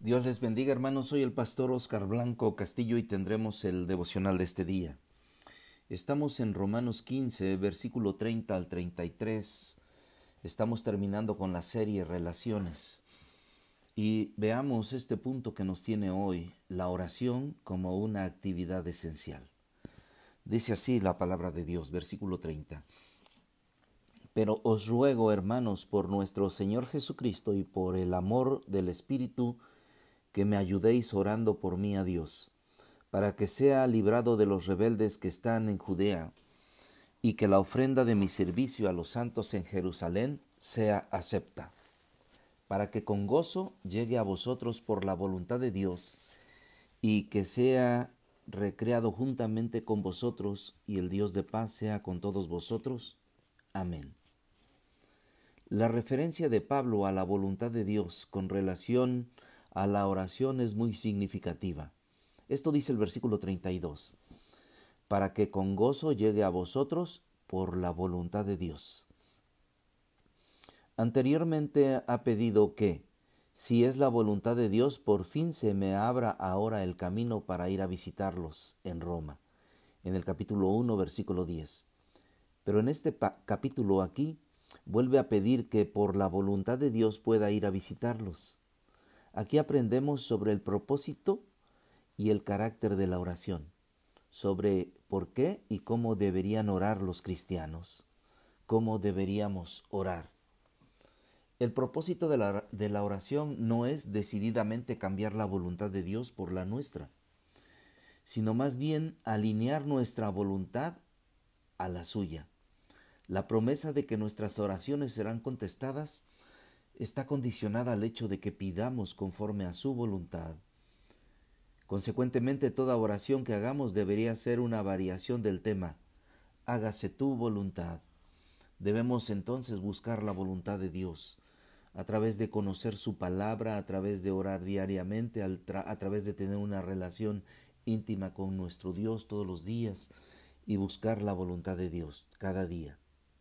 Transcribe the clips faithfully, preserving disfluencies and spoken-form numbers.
Dios les bendiga, hermanos. Soy el pastor Oscar Blanco Castillo y tendremos el devocional de este día. Estamos en Romanos quince, versículo treinta al treinta y tres. Estamos terminando con la serie Relaciones. Y veamos este punto que nos tiene hoy, la oración como una actividad esencial. Dice así la palabra de Dios, versículo treinta. Pero os ruego, hermanos, por nuestro Señor Jesucristo y por el amor del Espíritu, que me ayudéis orando por mí a Dios, para que sea librado de los rebeldes que están en Judea, y que la ofrenda de mi servicio a los santos en Jerusalén sea acepta, para que con gozo llegue a vosotros por la voluntad de Dios, y que sea recreado juntamente con vosotros, y el Dios de paz sea con todos vosotros. Amén. La referencia de Pablo a la voluntad de Dios con relación a la oración es muy significativa. Esto dice el versículo treinta y dos, para que con gozo llegue a vosotros por la voluntad de Dios. Anteriormente ha pedido que, si es la voluntad de Dios, por fin se me abra ahora el camino para ir a visitarlos en Roma, en el capítulo uno, versículo diez. Pero en este capítulo aquí, vuelve a pedir que por la voluntad de Dios pueda ir a visitarlos. Aquí aprendemos sobre el propósito y el carácter de la oración, sobre por qué y cómo deberían orar los cristianos, cómo deberíamos orar. El propósito de la, de la oración no es decididamente cambiar la voluntad de Dios por la nuestra, sino más bien alinear nuestra voluntad a la suya. La promesa de que nuestras oraciones serán contestadas está condicionada al hecho de que pidamos conforme a su voluntad. Consecuentemente, toda oración que hagamos debería ser una variación del tema, hágase tu voluntad. Debemos entonces buscar la voluntad de Dios, a través de conocer su palabra, a través de orar diariamente, a través de tener una relación íntima con nuestro Dios todos los días y buscar la voluntad de Dios cada día.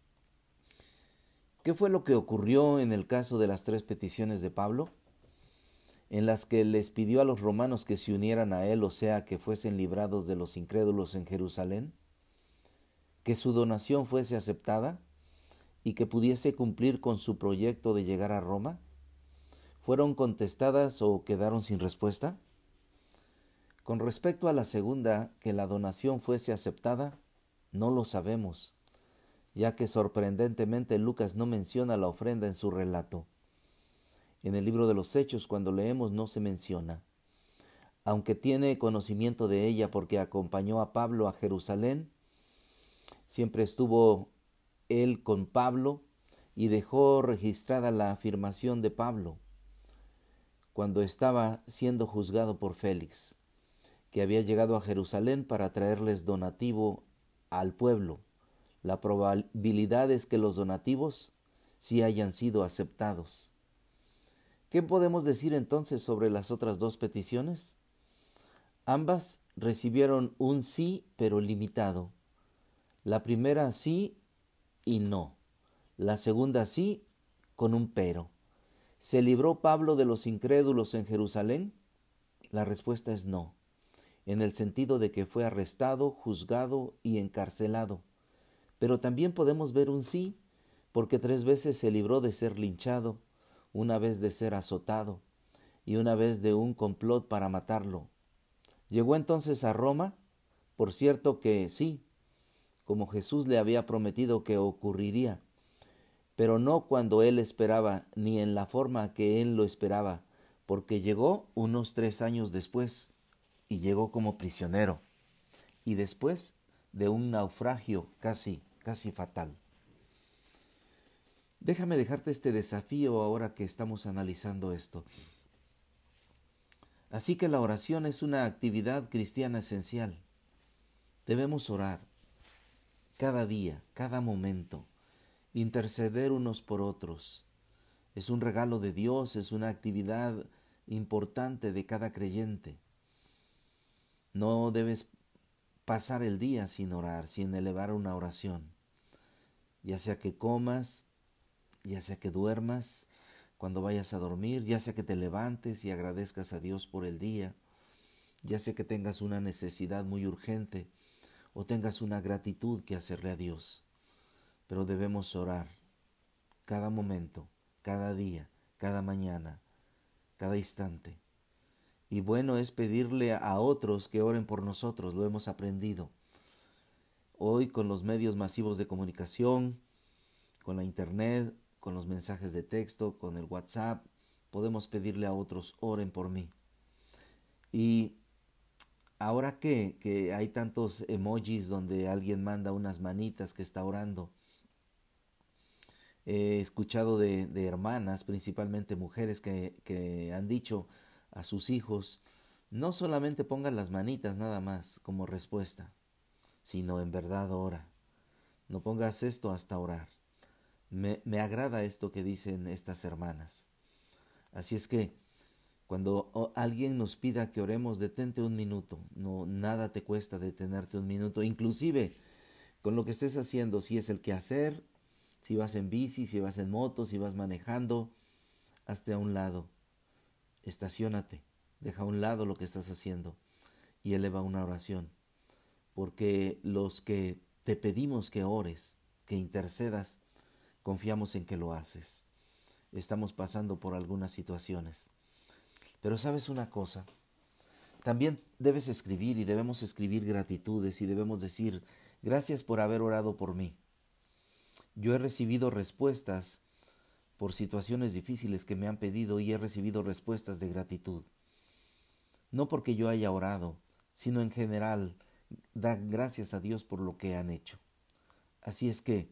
¿Qué fue lo que ocurrió en el caso de las tres peticiones de Pablo, en las que les pidió a los romanos que se unieran a él, o sea, que fuesen librados de los incrédulos en Jerusalén, que su donación fuese aceptada y que pudiese cumplir con su proyecto de llegar a Roma? ¿Fueron contestadas o quedaron sin respuesta? Con respecto a la segunda, que la donación fuese aceptada, no lo sabemos, ya que sorprendentemente Lucas no menciona la ofrenda en su relato. En el libro de los Hechos, cuando leemos, no se menciona. Aunque tiene conocimiento de ella porque acompañó a Pablo a Jerusalén, siempre estuvo él con Pablo y dejó registrada la afirmación de Pablo cuando estaba siendo juzgado por Félix, que había llegado a Jerusalén para traerles donativo al pueblo. La probabilidad es que los donativos sí hayan sido aceptados. ¿Qué podemos decir entonces sobre las otras dos peticiones? Ambas recibieron un sí, pero limitado. La primera sí y no. La segunda sí, con un pero. ¿Se libró Pablo de los incrédulos en Jerusalén? La respuesta es no, en el sentido de que fue arrestado, juzgado y encarcelado. Pero también podemos ver un sí, porque tres veces se libró de ser linchado, una vez de ser azotado y una vez de un complot para matarlo. Llegó entonces a Roma, por cierto que sí, como Jesús le había prometido que ocurriría, pero no cuando él esperaba, ni en la forma que él lo esperaba, porque llegó unos tres años después, y llegó como prisionero, y después de un naufragio casi, casi fatal. Déjame dejarte este desafío ahora que estamos analizando esto. Así que la oración es una actividad cristiana esencial. Debemos orar cada día, cada momento, interceder unos por otros. Es un regalo de Dios, es una actividad importante de cada creyente. No debes pasar el día sin orar, sin elevar una oración. Ya sea que comas, ya sea que duermas, cuando vayas a dormir, ya sea que te levantes y agradezcas a Dios por el día, ya sea que tengas una necesidad muy urgente o tengas una gratitud que hacerle a Dios. Pero debemos orar cada momento, cada día, cada mañana, cada instante. Y bueno es pedirle a otros que oren por nosotros, lo hemos aprendido. Hoy con los medios masivos de comunicación, con la internet, con los mensajes de texto, con el WhatsApp, podemos pedirle a otros, oren por mí. Y ahora que, que hay tantos emojis donde alguien manda unas manitas que está orando, he escuchado de, de hermanas, principalmente mujeres, que, que han dicho a sus hijos, no solamente pongan las manitas nada más como respuesta, sino en verdad ora. No pongas esto hasta orar. Me, me agrada esto que dicen estas hermanas. Así es que cuando alguien nos pida que oremos, detente un minuto. No, nada te cuesta detenerte un minuto. Inclusive con lo que estés haciendo, si es el quehacer, si vas en bici, si vas en moto, si vas manejando, hazte a un lado. Estaciónate. Deja a un lado lo que estás haciendo y eleva una oración. Porque los que te pedimos que ores, que intercedas, confiamos en que lo haces. Estamos pasando por algunas situaciones. Pero ¿sabes una cosa? También debes escribir y debemos escribir gratitudes y debemos decir, gracias por haber orado por mí. Yo he recibido respuestas por situaciones difíciles que me han pedido y he recibido respuestas de gratitud. No porque yo haya orado, sino en general, da gracias a Dios por lo que han hecho. Así es que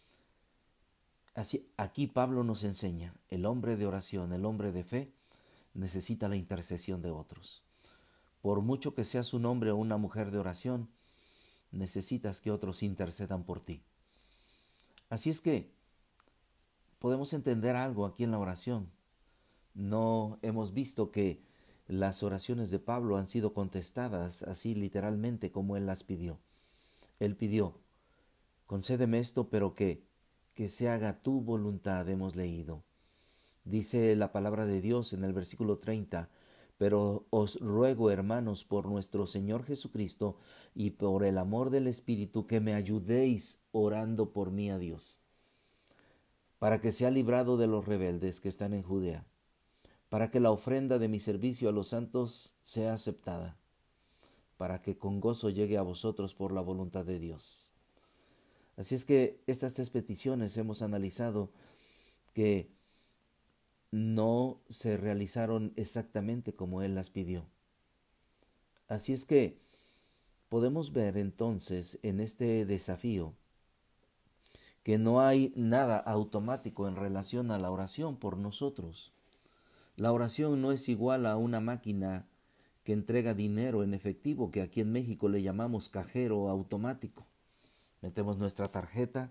Así, aquí Pablo nos enseña, el hombre de oración, el hombre de fe, necesita la intercesión de otros. Por mucho que seas un hombre o una mujer de oración, necesitas que otros intercedan por ti. Así es que podemos entender algo aquí en la oración. No hemos visto que las oraciones de Pablo han sido contestadas así literalmente como él las pidió. Él pidió, concédeme esto, pero que que se haga tu voluntad, hemos leído. Dice la palabra de Dios en el versículo treinta, pero os ruego, hermanos, por nuestro Señor Jesucristo y por el amor del Espíritu, que me ayudéis orando por mí a Dios, para que sea librado de los rebeldes que están en Judea, para que la ofrenda de mi servicio a los santos sea aceptada, para que con gozo llegue a vosotros por la voluntad de Dios. Así es que estas tres peticiones hemos analizado que no se realizaron exactamente como Él las pidió. Así es que podemos ver entonces en este desafío que no hay nada automático en relación a la oración por nosotros. La oración no es igual a una máquina que entrega dinero en efectivo, que aquí en México le llamamos cajero automático. Metemos nuestra tarjeta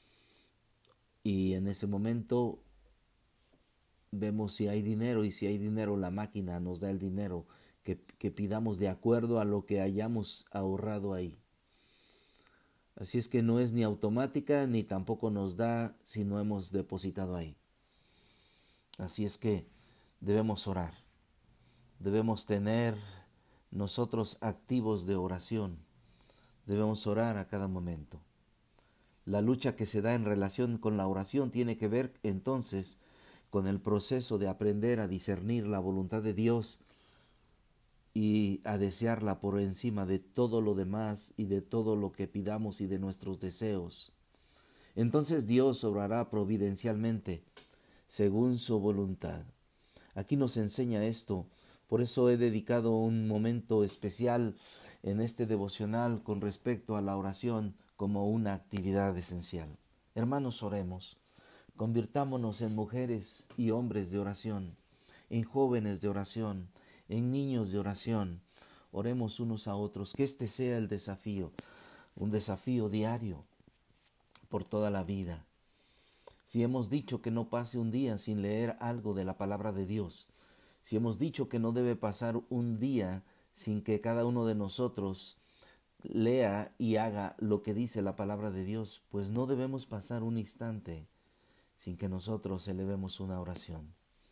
y en ese momento vemos si hay dinero, y si hay dinero la máquina nos da el dinero que, que pidamos de acuerdo a lo que hayamos ahorrado ahí. Así es que no es ni automática ni tampoco nos da si no hemos depositado ahí. Así es que debemos orar, debemos tener nosotros activos de oración, debemos orar a cada momento. La lucha que se da en relación con la oración tiene que ver entonces con el proceso de aprender a discernir la voluntad de Dios y a desearla por encima de todo lo demás y de todo lo que pidamos y de nuestros deseos. Entonces Dios obrará providencialmente según su voluntad. Aquí nos enseña esto, por eso he dedicado un momento especial en este devocional con respecto a la oración como una actividad esencial. Hermanos, oremos. Convirtámonos en mujeres y hombres de oración, en jóvenes de oración, en niños de oración. Oremos unos a otros, que este sea el desafío, un desafío diario por toda la vida. Si hemos dicho que no pase un día sin leer algo de la palabra de Dios, si hemos dicho que no debe pasar un día sin que cada uno de nosotros lea y haga lo que dice la palabra de Dios, pues no debemos pasar un instante sin que nosotros elevemos una oración.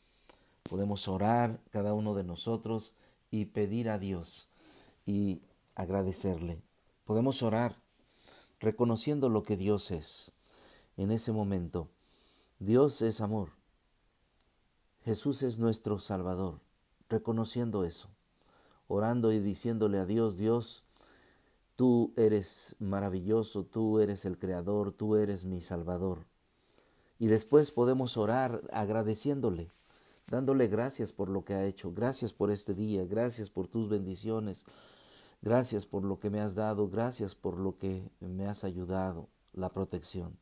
Podemos orar cada uno de nosotros y pedir a Dios y agradecerle. Podemos orar reconociendo lo que Dios es. En ese momento, Dios es amor. Jesús es nuestro Salvador. Reconociendo eso, orando y diciéndole a Dios, Dios, tú eres maravilloso, tú eres el Creador, tú eres mi Salvador. Y después podemos orar agradeciéndole, dándole gracias por lo que ha hecho, gracias por este día, gracias por tus bendiciones, gracias por lo que me has dado, gracias por lo que me has ayudado, la protección.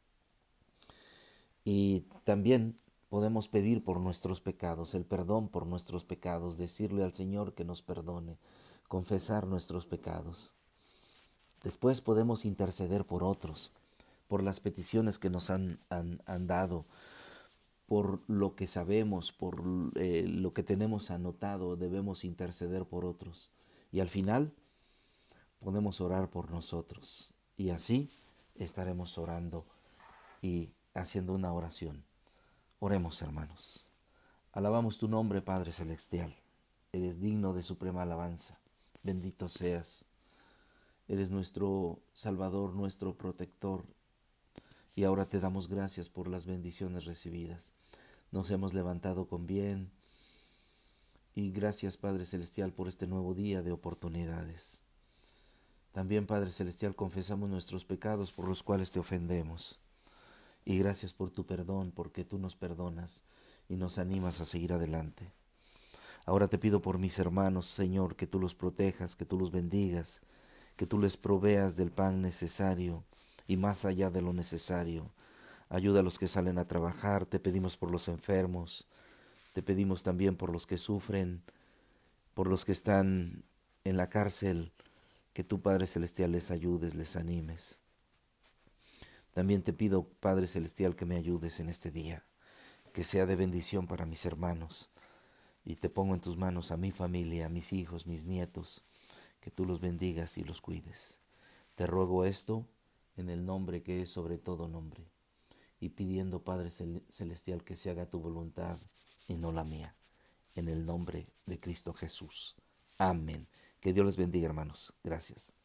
Y también podemos pedir por nuestros pecados, el perdón por nuestros pecados, decirle al Señor que nos perdone, confesar nuestros pecados. Después podemos interceder por otros, por las peticiones que nos han, han, han dado, por lo que sabemos, por eh, lo que tenemos anotado, debemos interceder por otros. Y al final podemos orar por nosotros. Y así estaremos orando y haciendo una oración. Oremos, hermanos. Alabamos tu nombre, Padre Celestial. Eres digno de suprema alabanza. Bendito seas. Eres nuestro Salvador, nuestro protector. Y ahora te damos gracias por las bendiciones recibidas. Nos hemos levantado con bien. Y gracias, Padre Celestial, por este nuevo día de oportunidades. También, Padre Celestial, confesamos nuestros pecados por los cuales te ofendemos. Y gracias por tu perdón, porque tú nos perdonas y nos animas a seguir adelante. Ahora te pido por mis hermanos, Señor, que tú los protejas, que tú los bendigas, que tú les proveas del pan necesario y más allá de lo necesario. Ayuda a los que salen a trabajar, te pedimos por los enfermos, te pedimos también por los que sufren, por los que están en la cárcel, que tú, Padre Celestial, les ayudes, les animes. También te pido, Padre Celestial, que me ayudes en este día, que sea de bendición para mis hermanos. Y te pongo en tus manos a mi familia, a mis hijos, mis nietos, que tú los bendigas y los cuides. Te ruego esto en el nombre que es sobre todo nombre, y pidiendo, Padre Celestial, que se haga tu voluntad y no la mía, en el nombre de Cristo Jesús. Amén. Que Dios les bendiga, hermanos. Gracias.